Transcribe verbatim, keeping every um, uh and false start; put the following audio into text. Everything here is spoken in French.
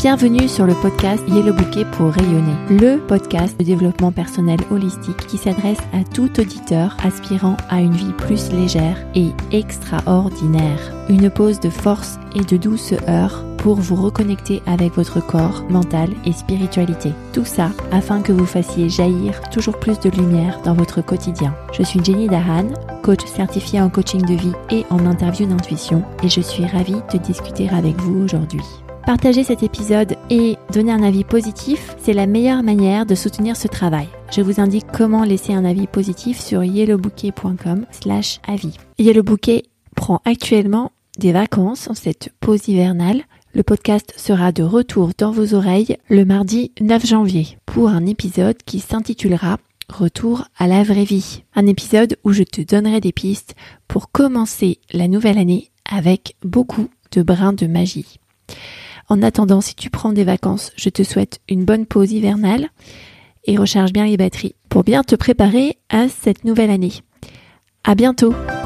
Bienvenue sur le podcast Yellow Bouquet pour rayonner, le podcast de développement personnel holistique qui s'adresse à tout auditeur aspirant à une vie plus légère et extraordinaire. Une pause de force et de douceur pour vous reconnecter avec votre corps, mental et spiritualité. Tout ça afin que vous fassiez jaillir toujours plus de lumière dans votre quotidien. Je suis Jenny Dahan, coach certifiée en coaching de vie et en interview d'intuition, et je suis ravie de discuter avec vous aujourd'hui. Partager cet épisode et donner un avis positif, c'est la meilleure manière de soutenir ce travail. Je vous indique comment laisser un avis positif sur yellowbouquet.com slash avis. Yellow Bouquet prend actuellement des vacances en cette pause hivernale. Le podcast sera de retour dans vos oreilles le mardi neuf janvier pour un épisode qui s'intitulera Retour à la vraie vie. Un épisode où je te donnerai des pistes pour commencer la nouvelle année avec beaucoup de brins de magie. En attendant, si tu prends des vacances, je te souhaite une bonne pause hivernale et recharge bien les batteries pour bien te préparer à cette nouvelle année. À bientôt!